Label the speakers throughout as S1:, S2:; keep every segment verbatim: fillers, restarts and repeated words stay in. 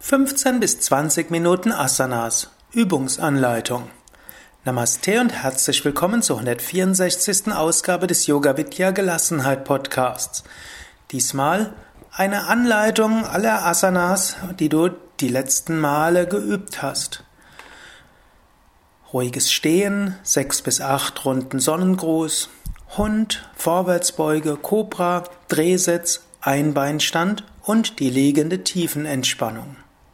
S1: fünfzehn bis zwanzig Minuten Asanas. Übungsanleitung. Namaste und herzlich willkommen zur hundertvierundsechzigsten Ausgabe des Yoga Vidya Gelassenheit Podcasts. Diesmal eine Anleitung aller Asanas, die du die letzten Male geübt hast. Ruhiges Stehen, sechs bis acht Runden Sonnengruß, Hund, Vorwärtsbeuge, Kobra, Drehsitz, Einbeinstand und die liegende Tiefenentspannung.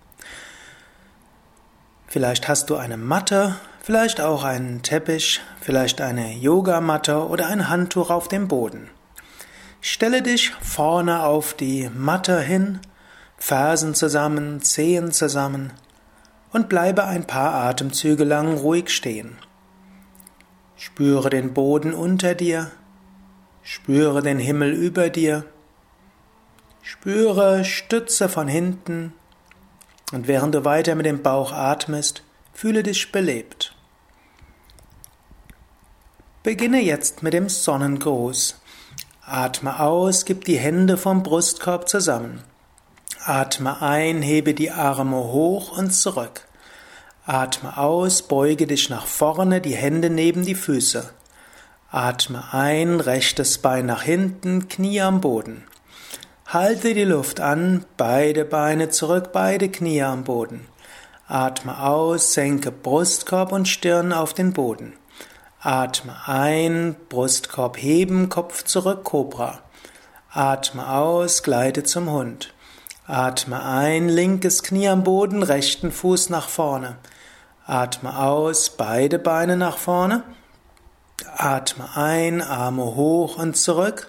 S1: Vielleicht hast du eine Matte, vielleicht auch einen Teppich, vielleicht eine Yogamatte oder ein Handtuch auf dem Boden. Stelle dich vorne auf die Matte hin, Fersen zusammen, Zehen zusammen und bleibe ein paar Atemzüge lang ruhig stehen. Spüre den Boden unter dir, spüre den Himmel über dir, spüre Stütze von hinten. Und während du weiter mit dem Bauch atmest, fühle dich belebt. Beginne jetzt mit dem Sonnengruß. Atme aus, gib die Hände vom Brustkorb zusammen. Atme ein, hebe die Arme hoch und zurück. Atme aus, beuge dich nach vorne, die Hände neben die Füße. Atme ein, rechtes Bein nach hinten, Knie am Boden. Halte die Luft an, beide Beine zurück, beide Knie am Boden. Atme aus, senke Brustkorb und Stirn auf den Boden. Atme ein, Brustkorb heben, Kopf zurück, Kobra. Atme aus, gleite zum Hund. Atme ein, linkes Knie am Boden, rechten Fuß nach vorne. Atme aus, beide Beine nach vorne. Atme ein, Arme hoch und zurück.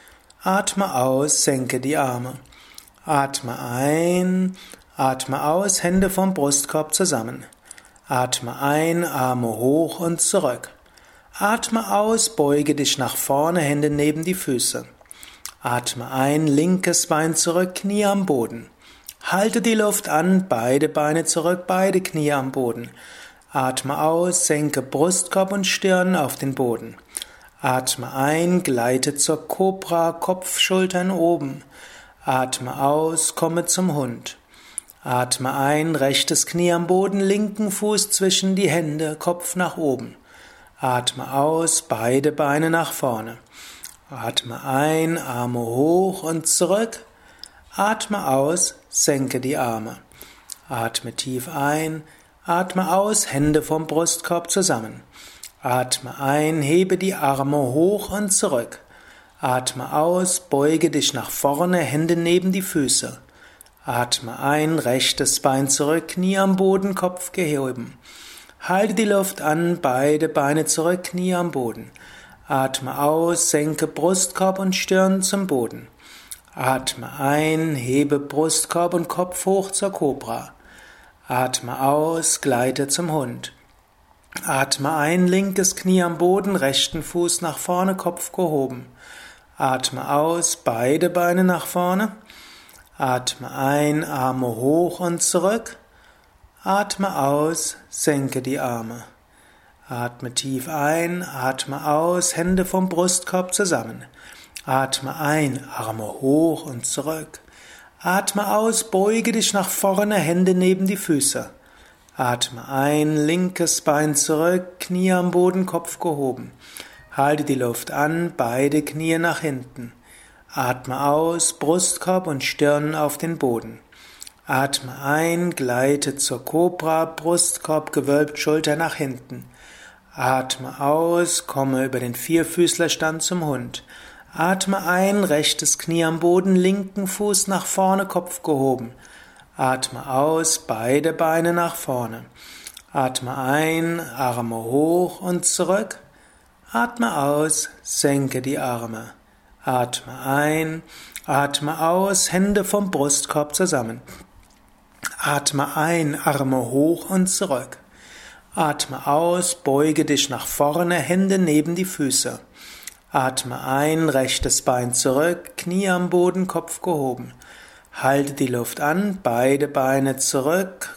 S1: Atme aus, senke die Arme. Atme ein, atme aus, Hände vom Brustkorb zusammen. Atme ein, Arme hoch und zurück. Atme aus, beuge dich nach vorne, Hände neben die Füße. Atme ein, linkes Bein zurück, Knie am Boden. Halte die Luft an, beide Beine zurück, beide Knie am Boden. Atme aus, senke Brustkorb und Stirn auf den Boden. Atme ein, gleite zur Kobra, Kopf, Schultern oben. Atme aus, komme zum Hund. Atme ein, rechtes Knie am Boden, linken Fuß zwischen die Hände, Kopf nach oben. Atme aus, beide Beine nach vorne. Atme ein, Arme hoch und zurück. Atme aus, senke die Arme. Atme tief ein, atme aus, Hände vom Brustkorb zusammen. Atme ein, hebe die Arme hoch und zurück. Atme aus, beuge dich nach vorne, Hände neben die Füße. Atme ein, rechtes Bein zurück, Knie am Boden, Kopf gehoben. Halte die Luft an, beide Beine zurück, Knie am Boden. Atme aus, senke Brustkorb und Stirn zum Boden. Atme ein, hebe Brustkorb und Kopf hoch zur Kobra. Atme aus, gleite zum Hund. Atme ein, linkes Knie am Boden, rechten Fuß nach vorne, Kopf gehoben. Atme aus, beide Beine nach vorne. Atme ein, Arme hoch und zurück. Atme aus, senke die Arme. Atme tief ein, atme aus, Hände vom Brustkorb zusammen. Atme ein, Arme hoch und zurück. Atme aus, beuge dich nach vorne, Hände neben die Füße. Atme ein, linkes Bein zurück, Knie am Boden, Kopf gehoben. Halte die Luft an, beide Knie nach hinten. Atme aus, Brustkorb und Stirn auf den Boden. Atme ein, gleite zur Kobra, Brustkorb gewölbt, Schulter nach hinten. Atme aus, komme über den Vierfüßlerstand zum Hund. Atme ein, rechtes Knie am Boden, linken Fuß nach vorne, Kopf gehoben. Atme aus, beide Beine nach vorne. Atme ein, Arme hoch und zurück. Atme aus, senke die Arme. Atme ein, atme aus, Hände vom Brustkorb zusammen. Atme ein, Arme hoch und zurück. Atme aus, beuge dich nach vorne, Hände neben die Füße. Atme ein, rechtes Bein zurück, Knie am Boden, Kopf gehoben. Halte die Luft an, beide Beine zurück.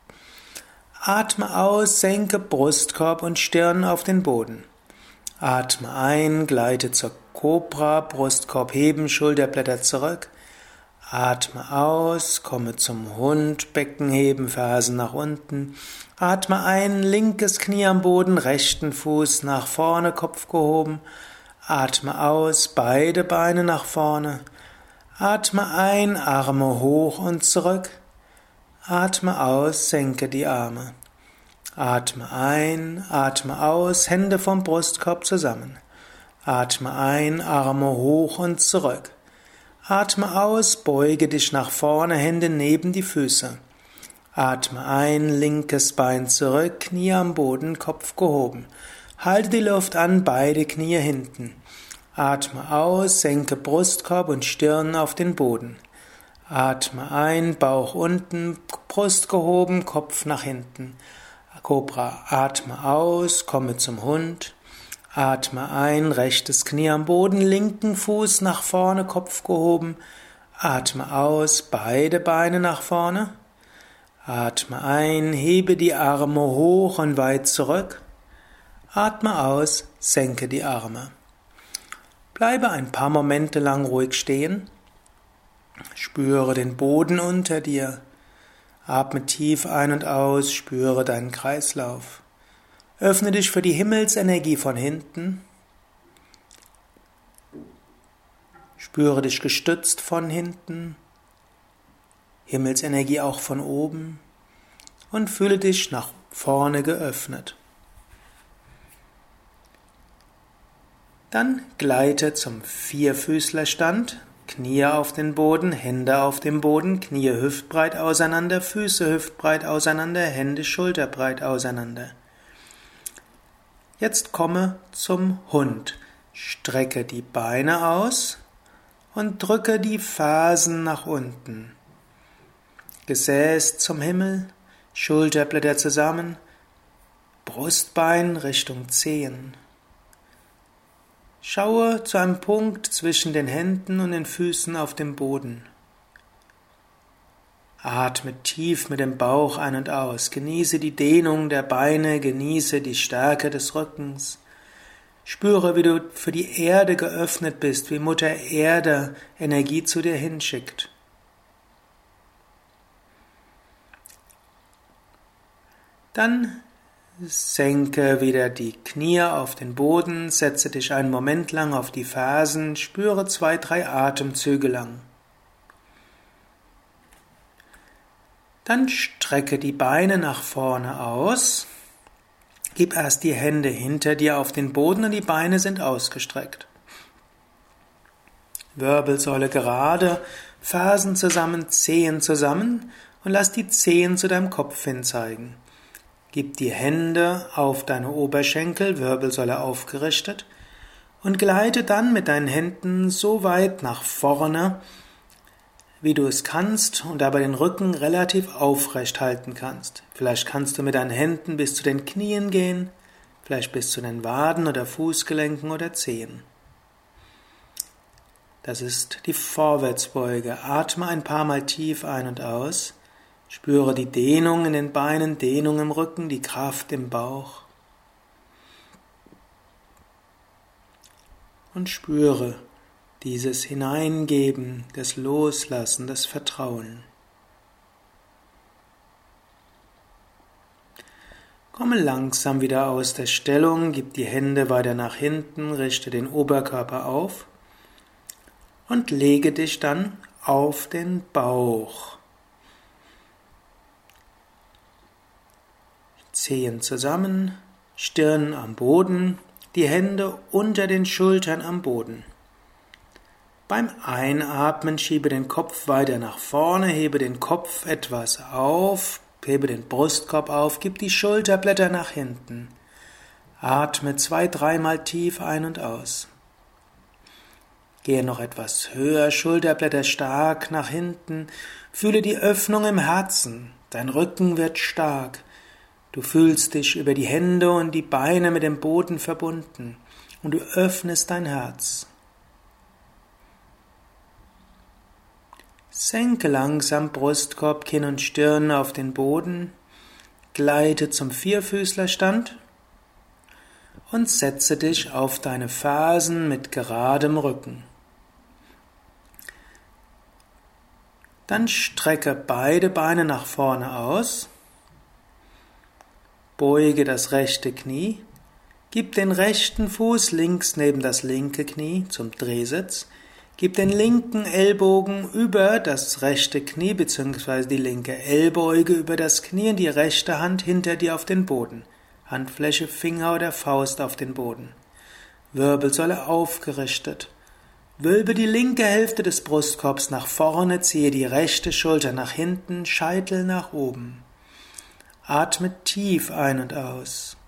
S1: Atme aus, senke Brustkorb und Stirn auf den Boden. Atme ein, gleite zur Kobra, Brustkorb heben, Schulterblätter zurück. Atme aus, komme zum Hund, Becken heben, Fersen nach unten. Atme ein, linkes Knie am Boden, rechten Fuß nach vorne, Kopf gehoben. Atme aus, beide Beine nach vorne. Atme ein, Arme hoch und zurück. Atme aus, senke die Arme. Atme ein, atme aus, Hände vom Brustkorb zusammen. Atme ein, Arme hoch und zurück. Atme aus, beuge dich nach vorne, Hände neben die Füße. Atme ein, linkes Bein zurück, Knie am Boden, Kopf gehoben. Halte die Luft an, beide Knie hinten. Atme aus, senke Brustkorb und Stirn auf den Boden. Atme ein, Bauch unten, Brust gehoben, Kopf nach hinten. Cobra, atme aus, komme zum Hund. Atme ein, rechtes Knie am Boden, linken Fuß nach vorne, Kopf gehoben. Atme aus, beide Beine nach vorne. Atme ein, hebe die Arme hoch und weit zurück. Atme aus, senke die Arme. Bleibe ein paar Momente lang ruhig stehen. Spüre den Boden unter dir. Atme tief ein und aus, spüre deinen Kreislauf. Öffne dich für die Himmelsenergie von hinten. Spüre dich gestützt von hinten. Himmelsenergie auch von oben. Und fühle dich nach vorne geöffnet. Dann gleite zum Vierfüßlerstand. Knie auf den Boden, Hände auf dem Boden, Knie hüftbreit auseinander, Füße hüftbreit auseinander, Hände schulterbreit auseinander. Jetzt komme zum Hund. Strecke die Beine aus und drücke die Fersen nach unten. Gesäß zum Himmel, Schulterblätter zusammen, Brustbein Richtung Zehen. Schaue zu einem Punkt zwischen den Händen und den Füßen auf dem Boden. Atme tief mit dem Bauch ein und aus. Genieße die Dehnung der Beine, genieße die Stärke des Rückens. Spüre, wie du für die Erde geöffnet bist, wie Mutter Erde Energie zu dir hinschickt. Dann senke wieder die Knie auf den Boden, setze dich einen Moment lang auf die Fersen, spüre zwei, drei Atemzüge lang. Dann strecke die Beine nach vorne aus. Gib erst die Hände hinter dir auf den Boden und die Beine sind ausgestreckt. Wirbelsäule gerade, Fersen zusammen, Zehen zusammen und lass die Zehen zu deinem Kopf hin zeigen. Gib die Hände auf deine Oberschenkel, Wirbelsäule aufgerichtet und gleite dann mit deinen Händen so weit nach vorne, wie du es kannst und dabei den Rücken relativ aufrecht halten kannst. Vielleicht kannst du mit deinen Händen bis zu den Knien gehen, vielleicht bis zu den Waden oder Fußgelenken oder Zehen. Das ist die Vorwärtsbeuge. Atme ein paar Mal tief ein und aus. Spüre die Dehnung in den Beinen, Dehnung im Rücken, die Kraft im Bauch. Und spüre dieses Hineingeben, das Loslassen, das Vertrauen. Komme langsam wieder aus der Stellung, gib die Hände weiter nach hinten, richte den Oberkörper auf und lege dich dann auf den Bauch. Zehen zusammen, Stirn am Boden, die Hände unter den Schultern am Boden. Beim Einatmen schiebe den Kopf weiter nach vorne, hebe den Kopf etwas auf, hebe den Brustkorb auf, gib die Schulterblätter nach hinten. Atme zwei, dreimal tief ein und aus. Gehe noch etwas höher, Schulterblätter stark nach hinten, fühle die Öffnung im Herzen, dein Rücken wird stark. Du fühlst dich über die Hände und die Beine mit dem Boden verbunden und du öffnest dein Herz. Senke langsam Brustkorb, Kinn und Stirn auf den Boden, gleite zum Vierfüßlerstand und setze dich auf deine Fersen mit geradem Rücken. Dann strecke beide Beine nach vorne aus. Beuge das rechte Knie. Gib den rechten Fuß links neben das linke Knie zum Drehsitz. Gib den linken Ellbogen über das rechte Knie bzw. die linke Ellbeuge über das Knie und die rechte Hand hinter dir auf den Boden. Handfläche, Finger oder Faust auf den Boden. Wirbelsäule aufgerichtet. Wölbe die linke Hälfte des Brustkorbs nach vorne, ziehe die rechte Schulter nach hinten, Scheitel nach oben. Atme tief ein und aus.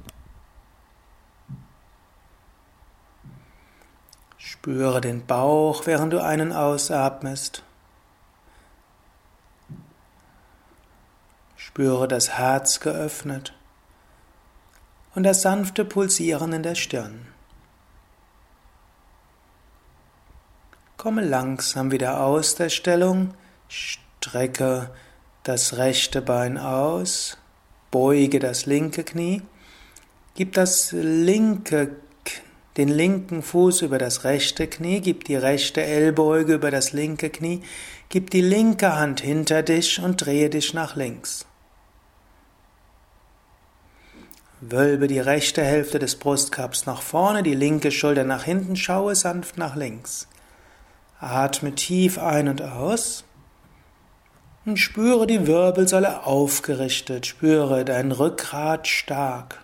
S1: Spüre den Bauch, während du ein- und ausatmest. Spüre das Herz geöffnet und das sanfte Pulsieren in der Stirn. Komme langsam wieder aus der Stellung, strecke das rechte Bein aus, beuge das linke Knie, gib das linke, den linken Fuß über das rechte Knie, gib die rechte Ellbeuge über das linke Knie, gib die linke Hand hinter dich und drehe dich nach links. Wölbe die rechte Hälfte des Brustkorbs nach vorne, die linke Schulter nach hinten, schaue sanft nach links. Atme tief ein und aus und spüre die Wirbelsäule aufgerichtet, spüre dein Rückgrat stark.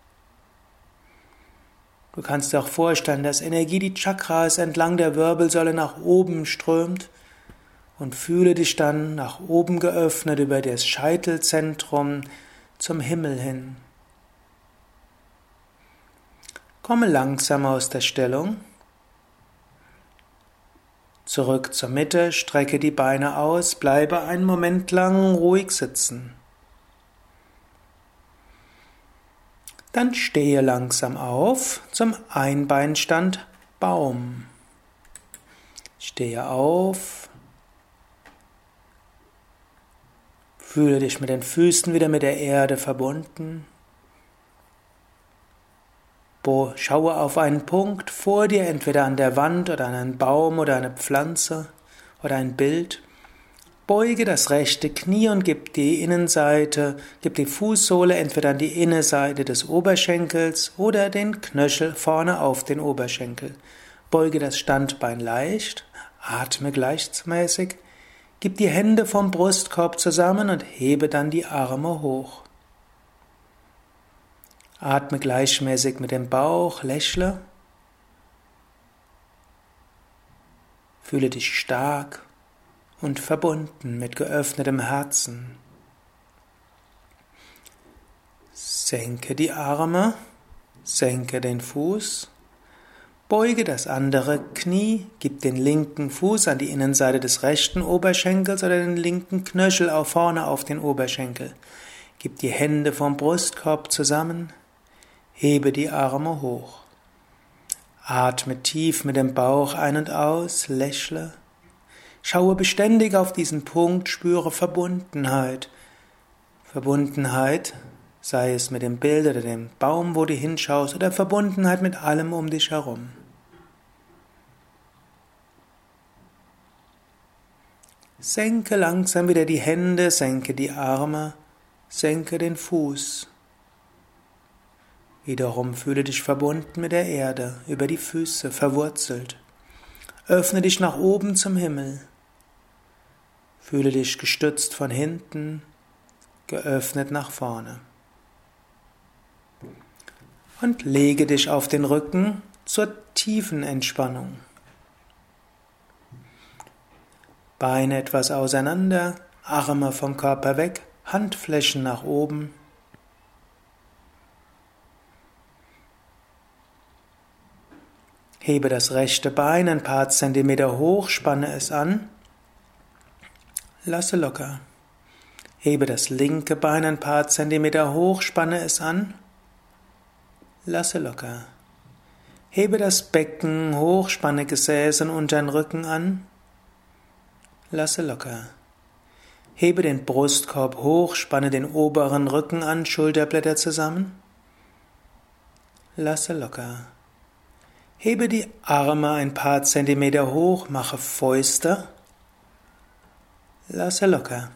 S1: Du kannst dir auch vorstellen, dass Energie, die Chakras entlang der Wirbelsäule nach oben strömt und fühle dich dann nach oben geöffnet über das Scheitelzentrum zum Himmel hin. Komme langsam aus der Stellung. Zurück zur Mitte, strecke die Beine aus, bleibe einen Moment lang ruhig sitzen. Dann stehe langsam auf zum Einbeinstand Baum. Stehe auf, fühle dich mit den Füßen wieder mit der Erde verbunden. Schaue auf einen Punkt vor dir, entweder an der Wand oder an einen Baum oder eine Pflanze oder ein Bild. Beuge das rechte Knie und gib die Innenseite, gib die Fußsohle entweder an die Innenseite des Oberschenkels oder den Knöchel vorne auf den Oberschenkel. Beuge das Standbein leicht, atme gleichmäßig, gib die Hände vom Brustkorb zusammen und hebe dann die Arme hoch. Atme gleichmäßig mit dem Bauch, lächle. Fühle dich stark und verbunden mit geöffnetem Herzen. Senke die Arme, senke den Fuß, beuge das andere Knie, gib den linken Fuß an die Innenseite des rechten Oberschenkels oder den linken Knöchel auch vorne auf den Oberschenkel. Gib die Hände vom Brustkorb zusammen. Hebe die Arme hoch. Atme tief mit dem Bauch ein und aus, lächle. Schaue beständig auf diesen Punkt, spüre Verbundenheit. Verbundenheit, sei es mit dem Bild oder dem Baum, wo du hinschaust, oder Verbundenheit mit allem um dich herum. Senke langsam wieder die Hände, senke die Arme, senke den Fuß. Wiederum fühle dich verbunden mit der Erde, über die Füße, verwurzelt. Öffne dich nach oben zum Himmel. Fühle dich gestützt von hinten, geöffnet nach vorne. Und lege dich auf den Rücken zur tiefen Entspannung. Beine etwas auseinander, Arme vom Körper weg, Handflächen nach oben. Hebe das rechte Bein ein paar Zentimeter hoch, spanne es an. Lasse locker. Hebe das linke Bein ein paar Zentimeter hoch, spanne es an. Lasse locker. Hebe das Becken hoch, spanne Gesäß und unteren Rücken an. Lasse locker. Hebe den Brustkorb hoch, spanne den oberen Rücken an, Schulterblätter zusammen. Lasse locker. Hebe die Arme ein paar Zentimeter hoch, mache Fäuste. Lasse locker.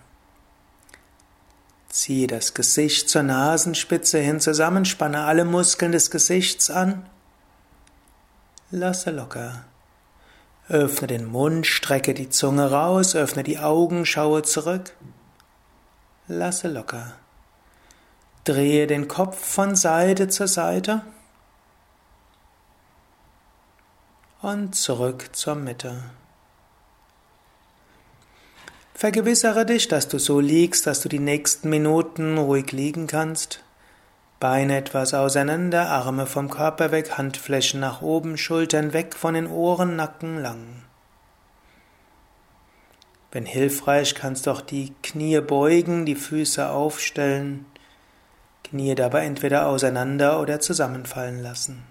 S1: Ziehe das Gesicht zur Nasenspitze hin zusammen, spanne alle Muskeln des Gesichts an. Lasse locker. Öffne den Mund, strecke die Zunge raus, öffne die Augen, schaue zurück. Lasse locker. Drehe den Kopf von Seite zu Seite und zurück zur Mitte. Vergewissere dich, dass du so liegst, dass du die nächsten Minuten ruhig liegen kannst. Beine etwas auseinander, Arme vom Körper weg, Handflächen nach oben, Schultern weg von den Ohren, Nacken lang. Wenn hilfreich, kannst du auch die Knie beugen, die Füße aufstellen, Knie dabei entweder auseinander oder zusammenfallen lassen.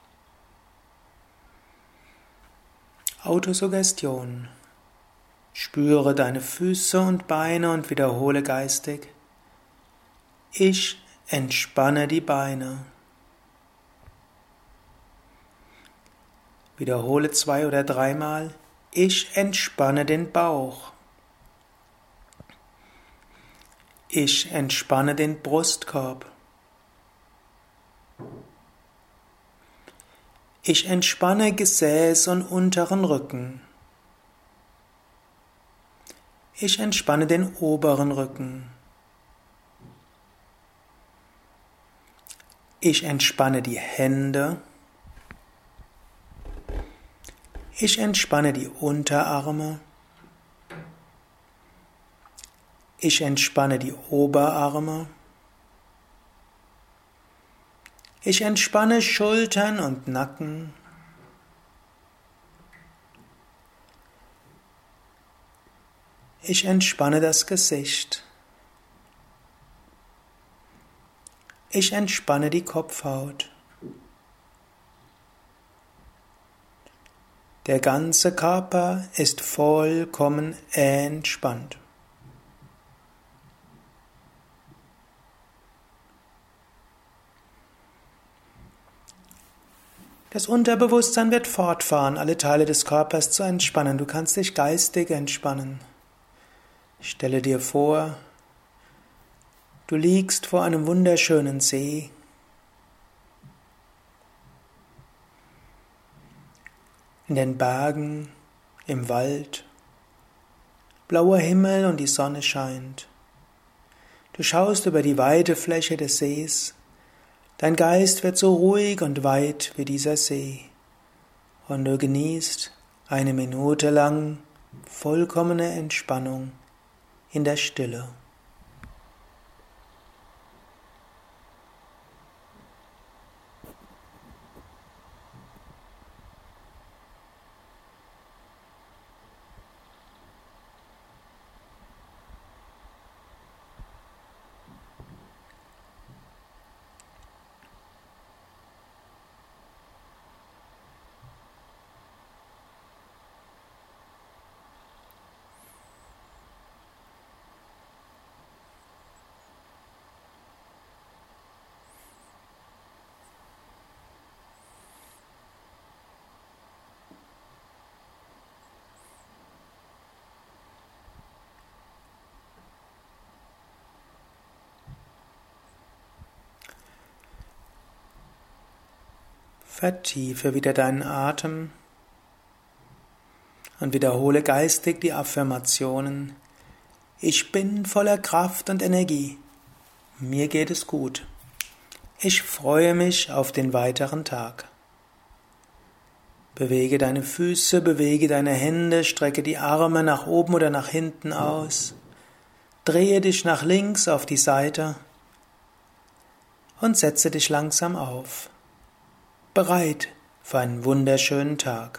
S1: Autosuggestion. Spüre deine Füße und Beine und wiederhole geistig: Ich entspanne die Beine. Wiederhole zwei oder dreimal: Ich entspanne den Bauch. Ich entspanne den Brustkorb. Ich entspanne Gesäß und unteren Rücken. Ich entspanne den oberen Rücken. Ich entspanne die Hände. Ich entspanne die Unterarme. Ich entspanne die Oberarme. Ich entspanne Schultern und Nacken. Ich entspanne das Gesicht. Ich entspanne die Kopfhaut. Der ganze Körper ist vollkommen entspannt. Das Unterbewusstsein wird fortfahren, alle Teile des Körpers zu entspannen. Du kannst dich geistig entspannen. Stelle dir vor, du liegst vor einem wunderschönen See. In den Bergen, im Wald, blauer Himmel und die Sonne scheint. Du schaust über die weite Fläche des Sees. Dein Geist wird so ruhig und weit wie dieser See. Und du genießt eine Minute lang vollkommene Entspannung in der Stille. Vertiefe wieder deinen Atem und wiederhole geistig die Affirmationen: Ich bin voller Kraft und Energie. Mir geht es gut. Ich freue mich auf den weiteren Tag. Bewege deine Füße, bewege deine Hände, strecke die Arme nach oben oder nach hinten aus. Drehe dich nach links auf die Seite und setze dich langsam auf. Bereit für einen wunderschönen Tag.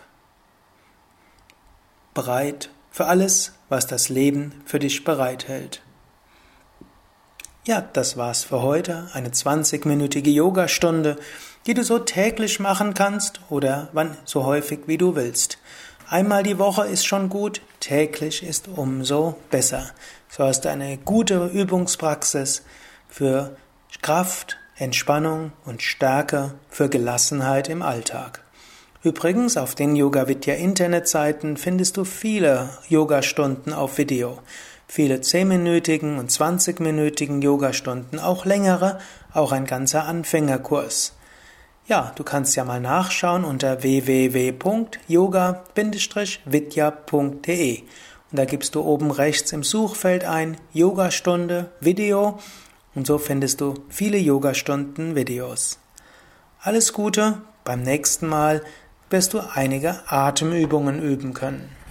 S1: Bereit für alles, was das Leben für dich bereithält. Ja, das war's für heute. Eine zwanzigminütige Yogastunde, die du so täglich machen kannst oder wann so häufig wie du willst. Einmal die Woche ist schon gut, täglich ist umso besser. So hast du eine gute Übungspraxis für Kraft, Entspannung und Stärke, für Gelassenheit im Alltag. Übrigens, auf den Yoga Vidya Internetseiten findest du viele Yogastunden auf Video. Viele zehnminütigen und zwanzigminütigen Yogastunden, auch längere, auch ein ganzer Anfängerkurs. Ja, du kannst ja mal nachschauen unter w w w punkt yoga vidya punkt de und da gibst du oben rechts im Suchfeld ein Yogastunde Video und so findest du viele Yogastunden Videos. Alles Gute, beim nächsten Mal wirst du einige Atemübungen üben können.